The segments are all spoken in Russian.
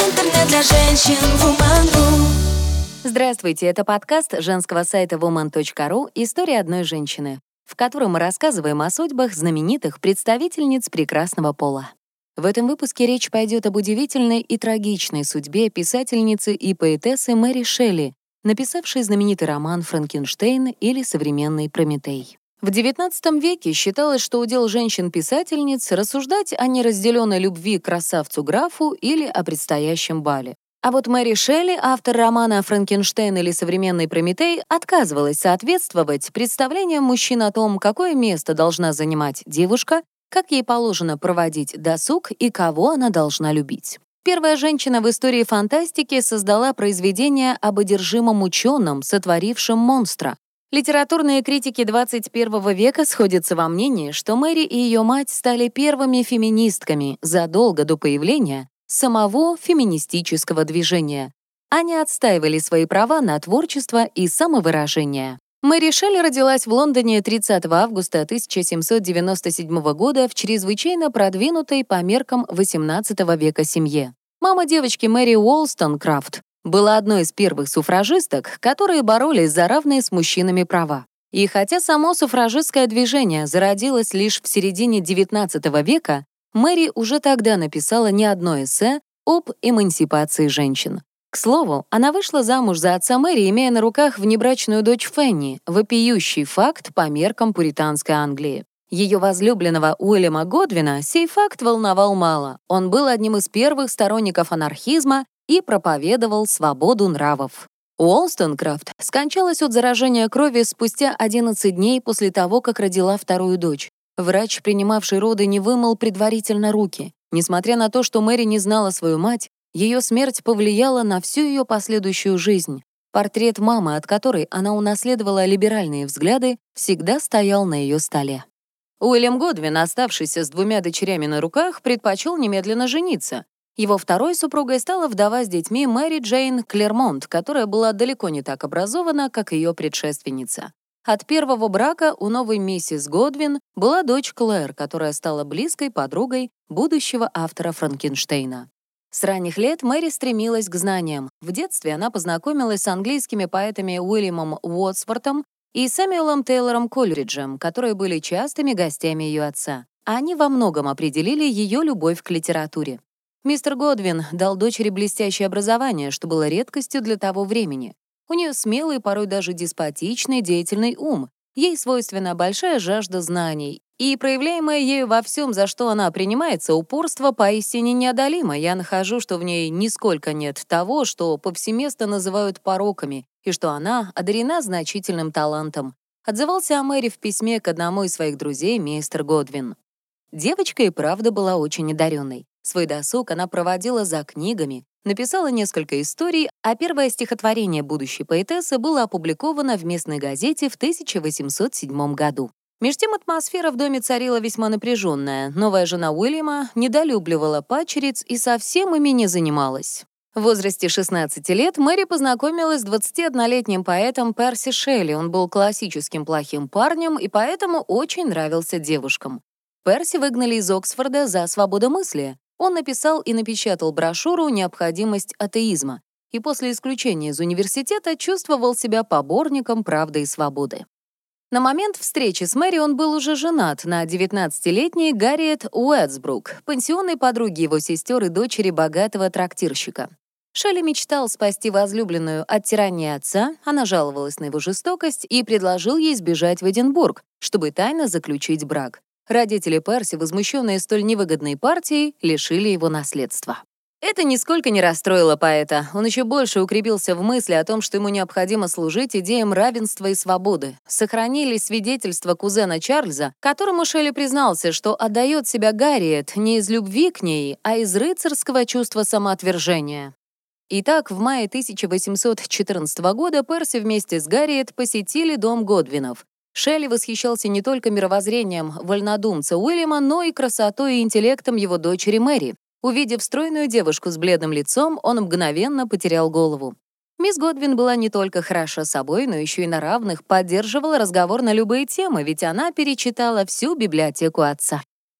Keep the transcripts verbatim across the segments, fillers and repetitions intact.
Интернет для женщин Woman.ру. Здравствуйте, это подкаст женского сайта woman точка ру «История одной женщины», в котором мы рассказываем о судьбах знаменитых представительниц прекрасного пола. В этом выпуске речь пойдет об удивительной и трагичной судьбе писательницы и поэтессы Мэри Шелли, написавшей знаменитый роман «Франкенштейн» или «Современный Прометей». В девятнадцатом веке считалось, что удел женщин-писательниц рассуждать о неразделенной любви к красавцу-графу или о предстоящем бале. А вот Мэри Шелли, автор романа «Франкенштейн» или «Современный Прометей», отказывалась соответствовать представлениям мужчин о том, какое место должна занимать девушка, как ей положено проводить досуг и кого она должна любить. Первая женщина в истории фантастики создала произведение об одержимом ученом, сотворившем монстра. Литературные критики двадцать первого века сходятся во мнении, что Мэри и ее мать стали первыми феминистками задолго до появления самого феминистического движения. Они отстаивали свои права на творчество и самовыражение. Мэри Шелли родилась в Лондоне тридцатого августа тысяча семьсот девяносто седьмого года в чрезвычайно продвинутой по меркам восемнадцатого века семье. Мама девочки Мэри Уолстонкрафт была одной из первых суфражисток, которые боролись за равные с мужчинами права. И хотя само суфражистское движение зародилось лишь в середине девятнадцатого века, Мэри уже тогда написала не одно эссе об эмансипации женщин. К слову, она вышла замуж за отца Мэри, имея на руках внебрачную дочь Фенни, вопиющий факт по меркам пуританской Англии. Ее возлюбленного Уильяма Годвина сей факт волновал мало. Он был одним из первых сторонников анархизма и проповедовал свободу нравов. Уолстонкрафт скончалась от заражения крови спустя одиннадцать дней после того, как родила вторую дочь. Врач, принимавший роды, не вымыл предварительно руки. Несмотря на то, что Мэри не знала свою мать, ее смерть повлияла на всю ее последующую жизнь. Портрет мамы, от которой она унаследовала либеральные взгляды, всегда стоял на ее столе. Уильям Годвин, оставшийся с двумя дочерями на руках, предпочел немедленно жениться. Его второй супругой стала вдова с детьми Мэри Джейн Клермонт, которая была далеко не так образована, как ее предшественница. От первого брака у новой миссис Годвин была дочь Клэр, которая стала близкой подругой будущего автора Франкенштейна. С ранних лет Мэри стремилась к знаниям. В детстве она познакомилась с английскими поэтами Уильямом Уотсвортом и Сэмюэлом Тейлором Колриджем, которые были частыми гостями ее отца. Они во многом определили ее любовь к литературе. Мистер Годвин дал дочери блестящее образование, что было редкостью для того времени. У нее смелый, порой даже деспотичный, деятельный ум. Ей свойственна большая жажда знаний, и проявляемое ею во всем, за что она принимается, упорство поистине неодолимо. Я нахожу, что в ней нисколько нет того, что повсеместно называют пороками, и что она одарена значительным талантом. Отзывался о Мэри в письме к одному из своих друзей мистер Годвин. Девочка и правда была очень одаренной. Свой досуг она проводила за книгами, написала несколько историй, а первое стихотворение будущей поэтессы было опубликовано в местной газете в тысяча восемьсот седьмом году. Меж тем атмосфера в доме царила весьма напряженная. Новая жена Уильяма недолюбливала падчериц и совсем ими не занималась. В возрасте шестнадцати лет Мэри познакомилась с двадцатиоднолетним поэтом Перси Шелли. Он был классическим плохим парнем и поэтому очень нравился девушкам. Перси выгнали из Оксфорда за свободомыслие. Он написал и напечатал брошюру «Необходимость атеизма» и после исключения из университета чувствовал себя поборником правды и свободы. На момент встречи с Мэри он был уже женат на девятнадцатилетней Гарриет Уэтсбрук, пансионной подруге его сестер и дочери богатого трактирщика. Шелли мечтал спасти возлюбленную от тирании отца, она жаловалась на его жестокость и предложил ей сбежать в Эдинбург, чтобы тайно заключить брак. Родители Перси, возмущенные столь невыгодной партией, лишили его наследства. Это нисколько не расстроило поэта. Он еще больше укрепился в мысли о том, что ему необходимо служить идеям равенства и свободы. Сохранились свидетельства кузена Чарльза, которому Шелли признался, что отдает себя Гарриет не из любви к ней, а из рыцарского чувства самоотвержения. Итак, в мае тысяча восемьсот четырнадцатого года Перси вместе с Гарриет посетили дом Годвинов. Шелли восхищался не только мировоззрением вольнодумца Уильяма, но и красотой и интеллектом его дочери Мэри. Увидев стройную девушку с бледным лицом, он мгновенно потерял голову. Мисс Годвин была не только хороша собой, но еще и на равных поддерживала разговор на любые темы, ведь она перечитала всю библиотеку отца.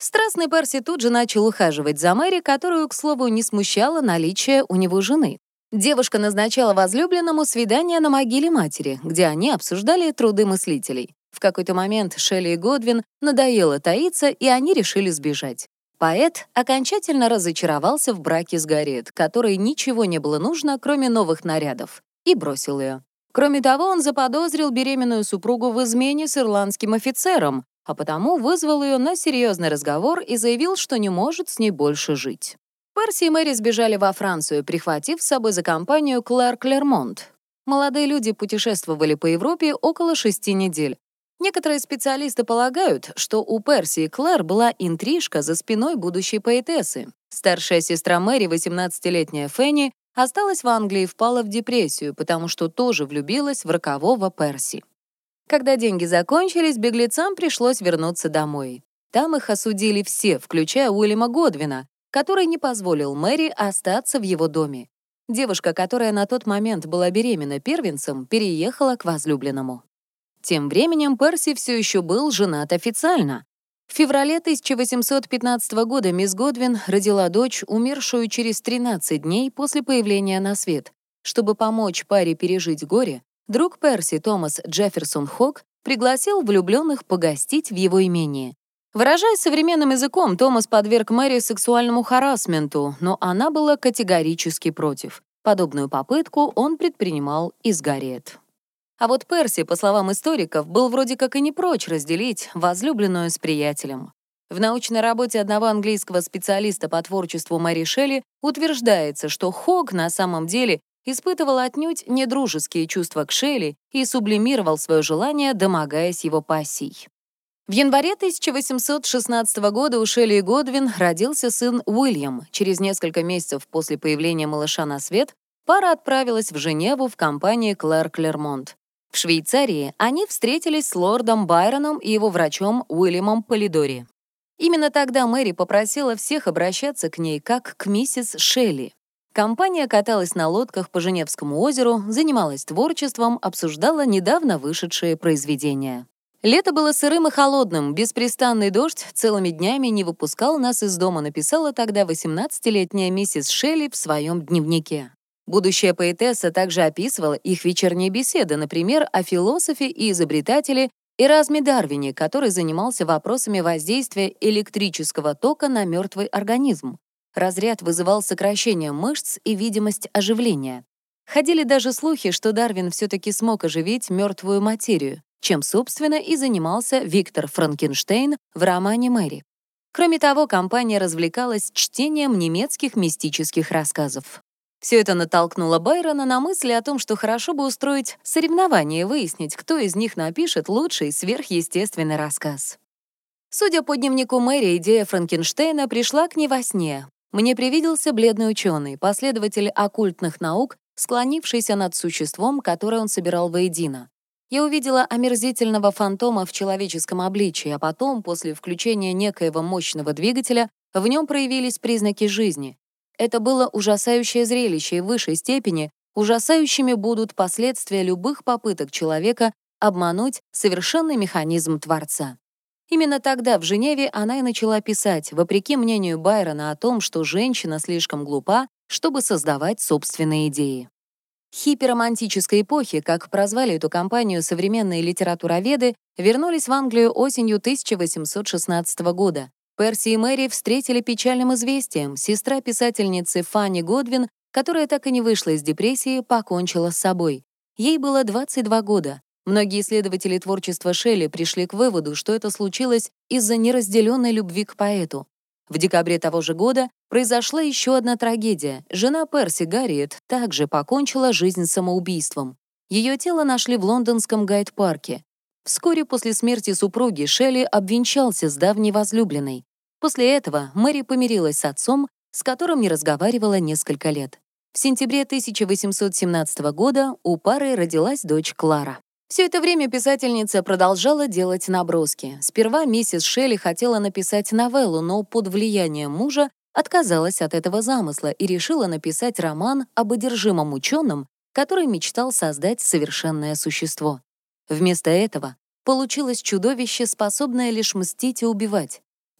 Страстный Перси тут же начал ухаживать за Мэри, которую, к слову, не смущало наличие у него жены. Девушка назначала возлюбленному свидание на могиле матери, где они обсуждали труды мыслителей. В какой-то момент Шелли и Годвин надоело таиться, и они решили сбежать. Поэт окончательно разочаровался в браке с Гарриет, которой ничего не было нужно, кроме новых нарядов, и бросил ее. Кроме того, он заподозрил беременную супругу в измене с ирландским офицером, а потому вызвал ее на серьезный разговор и заявил, что не может с ней больше жить. Перси и Мэри сбежали во Францию, прихватив с собой за компанию Клэр Клермонт. Молодые люди путешествовали по Европе около шести недель. Некоторые специалисты полагают, что у Перси и Клэр была интрижка за спиной будущей поэтессы. Старшая сестра Мэри, восемнадцатилетняя Фенни, осталась в Англии и впала в депрессию, потому что тоже влюбилась в рокового Перси. Когда деньги закончились, беглецам пришлось вернуться домой. Там их осудили все, включая Уильяма Годвина, который не позволил Мэри остаться в его доме. Девушка, которая на тот момент была беременна первенцем, переехала к возлюбленному. Тем временем Перси все еще был женат официально. В феврале тысяча восемьсот пятнадцатого года мисс Годвин родила дочь, умершую через тринадцать дней после появления на свет. Чтобы помочь паре пережить горе, друг Перси, Томас Джефферсон Хок, пригласил влюбленных погостить в его имении. Выражаясь современным языком, Томас подверг Мэри сексуальному харассменту, но она была категорически против. Подобную попытку он предпринимал и с Гарриет. А вот Перси, по словам историков, был вроде как и не прочь разделить возлюбленную с приятелем. В научной работе одного английского специалиста по творчеству Мэри Шелли утверждается, что Хок на самом деле испытывал отнюдь недружеские чувства к Шелли и сублимировал свое желание, домогаясь его пассий. В январе тысяча восемьсот шестнадцатого года у Шелли и Годвин родился сын Уильям. Через несколько месяцев после появления малыша на свет пара отправилась в Женеву в компании Клэр Клермонт. В Швейцарии они встретились с лордом Байроном и его врачом Уильямом Полидори. Именно тогда Мэри попросила всех обращаться к ней как к миссис Шелли. Компания каталась на лодках по Женевскому озеру, занималась творчеством, обсуждала недавно вышедшие произведения. Лето было сырым и холодным, беспрестанный дождь целыми днями не выпускал нас из дома, написала тогда восемнадцатилетняя миссис Шелли в своем дневнике. Будущая поэтесса также описывала их вечерние беседы, например, о философе и изобретателе Эразме Дарвине, который занимался вопросами воздействия электрического тока на мертвый организм. Разряд вызывал сокращение мышц и видимость оживления. Ходили даже слухи, что Дарвин все-таки смог оживить мертвую материю, чем, собственно, и занимался Виктор Франкенштейн в романе «Мэри». Кроме того, компания развлекалась чтением немецких мистических рассказов. Все это натолкнуло Байрона на мысли о том, что хорошо бы устроить соревнование и выяснить, кто из них напишет лучший сверхъестественный рассказ. Судя по дневнику Мэри, идея Франкенштейна пришла к ней во сне. Мне привиделся бледный ученый, последователь оккультных наук, склонившийся над существом, которое он собирал воедино. Я увидела омерзительного фантома в человеческом обличии, а потом, после включения некоего мощного двигателя, в нем проявились признаки жизни. Это было ужасающее зрелище, и в высшей степени ужасающими будут последствия любых попыток человека обмануть совершенный механизм Творца. Именно тогда в Женеве она и начала писать, вопреки мнению Байрона о том, что женщина слишком глупа, чтобы создавать собственные идеи. Хипперромантической эпохи, как прозвали эту кампанию современные литературоведы, вернулись в Англию осенью тысяча восемьсот шестнадцатого года. Перси и Мэри встретили печальным известием. Сестра писательницы Фанни Годвин, которая так и не вышла из депрессии, покончила с собой. Ей было двадцать два года. Многие исследователи творчества Шелли пришли к выводу, что это случилось из-за неразделенной любви к поэту. В декабре того же года произошла еще одна трагедия. Жена Перси, Гарриет, также покончила жизнь самоубийством. Ее тело нашли в лондонском Гайд-парке. Вскоре после смерти супруги Шелли обвенчался с давней возлюбленной. После этого Мэри помирилась с отцом, с которым не разговаривала несколько лет. В сентябре тысяча восемьсот семнадцатого года у пары родилась дочь Клара. Все это время писательница продолжала делать наброски. Сперва миссис Шелли хотела написать новеллу, но под влиянием мужа отказалась от этого замысла и решила написать роман об одержимом ученом, который мечтал создать совершенное существо. Вместо этого получилось чудовище, способное лишь мстить и убивать.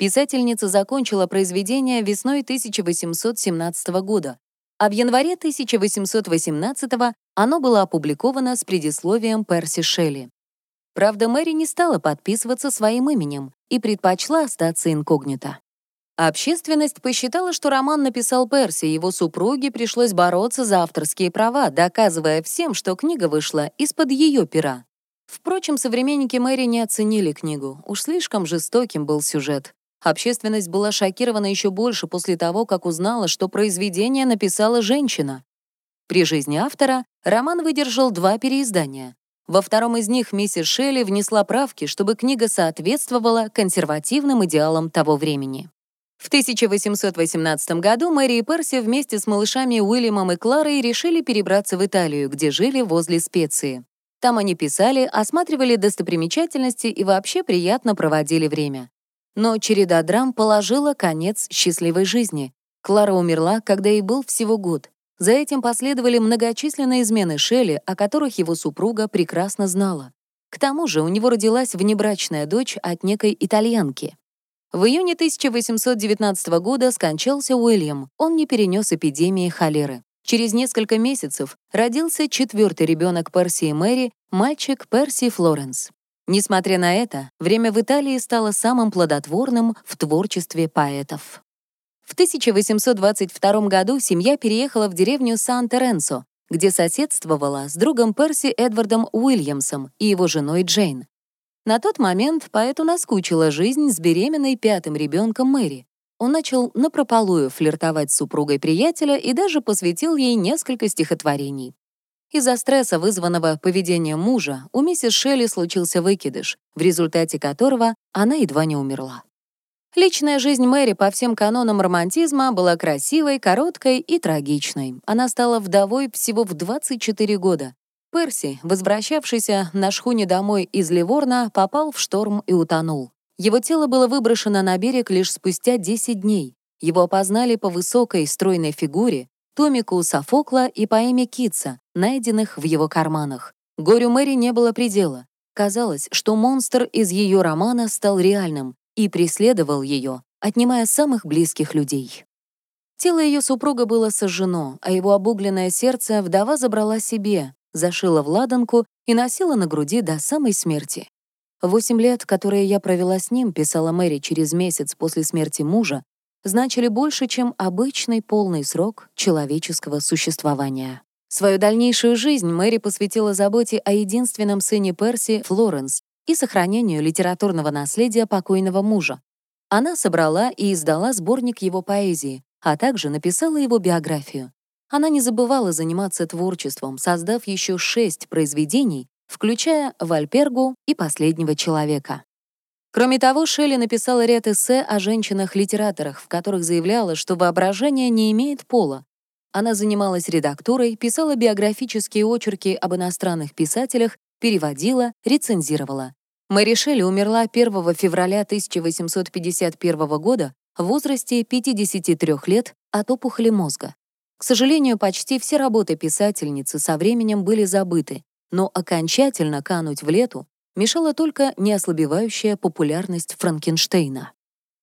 Писательница закончила произведение весной тысяча восемьсот семнадцатого года, а в январе тысяча восемьсот восемнадцатого оно было опубликовано с предисловием Перси Шелли. Правда, Мэри не стала подписываться своим именем и предпочла остаться инкогнито. Общественность посчитала, что роман написал Перси, и его супруге пришлось бороться за авторские права, доказывая всем, что книга вышла из-под ее пера. Впрочем, современники Мэри не оценили книгу, уж слишком жестоким был сюжет. Общественность была шокирована еще больше после того, как узнала, что произведение написала женщина. При жизни автора роман выдержал два переиздания. Во втором из них миссис Шелли внесла правки, чтобы книга соответствовала консервативным идеалам того времени. В тысяча восемьсот восемнадцатом году Мэри и Перси вместе с малышами Уильямом и Кларой решили перебраться в Италию, где жили возле Специи. Там они писали, осматривали достопримечательности и вообще приятно проводили время. Но череда драм положила конец счастливой жизни. Клара умерла, когда ей был всего год. За этим последовали многочисленные измены Шелли, о которых его супруга прекрасно знала. К тому же у него родилась внебрачная дочь от некой итальянки. В июне тысяча восемьсот девятнадцатого года скончался Уильям, он не перенес эпидемии холеры. Через несколько месяцев родился четвертый ребенок Перси и Мэри, мальчик Перси Флоренс. Несмотря на это, время в Италии стало самым плодотворным в творчестве поэтов. В тысяча восемьсот двадцать втором году семья переехала в деревню Сан-Теренсо, где соседствовала с другом Перси Эдвардом Уильямсом и его женой Джейн. На тот момент поэту наскучила жизнь с беременной пятым ребенком Мэри. Он начал напропалую флиртовать с супругой приятеля и даже посвятил ей несколько стихотворений. Из-за стресса, вызванного поведением мужа, у миссис Шелли случился выкидыш, в результате которого она едва не умерла. Личная жизнь Мэри по всем канонам романтизма была красивой, короткой и трагичной. Она стала вдовой всего в двадцать четыре года. Перси, возвращавшийся на шхуне домой из Ливорно, попал в шторм и утонул. Его тело было выброшено на берег лишь спустя десять дней. Его опознали по высокой, стройной фигуре, томику Софокла и поэме Китса, найденных в его карманах. Горю Мэри не было предела. Казалось, что монстр из ее романа стал реальным и преследовал ее, отнимая самых близких людей. Тело ее супруга было сожжено, а его обугленное сердце вдова забрала себе, зашила в ладанку и носила на груди до самой смерти. «Восемь лет, которые я провела с ним», — писала Мэри через месяц после смерти мужа, значили больше, чем обычный полный срок человеческого существования. Свою дальнейшую жизнь Мэри посвятила заботе о единственном сыне Перси, Флоренс, и сохранению литературного наследия покойного мужа. Она собрала и издала сборник его поэзии, а также написала его биографию. Она не забывала заниматься творчеством, создав еще шесть произведений, включая «Вальпергу» и «Последнего человека». Кроме того, Шелли написала ряд эссе о женщинах-литераторах, в которых заявляла, что воображение не имеет пола. Она занималась редактурой, писала биографические очерки об иностранных писателях, переводила, рецензировала. Мэри Шелли умерла первого февраля тысяча восемьсот пятьдесят первого года в возрасте пятидесяти трёх лет от опухоли мозга. К сожалению, почти все работы писательницы со временем были забыты, но окончательно кануть в лету мешала только неослабевающая популярность Франкенштейна.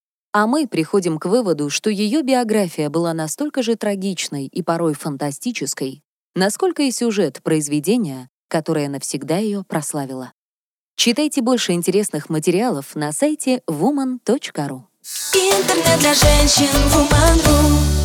А мы приходим к выводу, что ее биография была настолько же трагичной и порой фантастической, насколько и сюжет произведения, которое навсегда ее прославило. Читайте больше интересных материалов на сайте вуман точка ру. Интернет для женщин woman точка ру.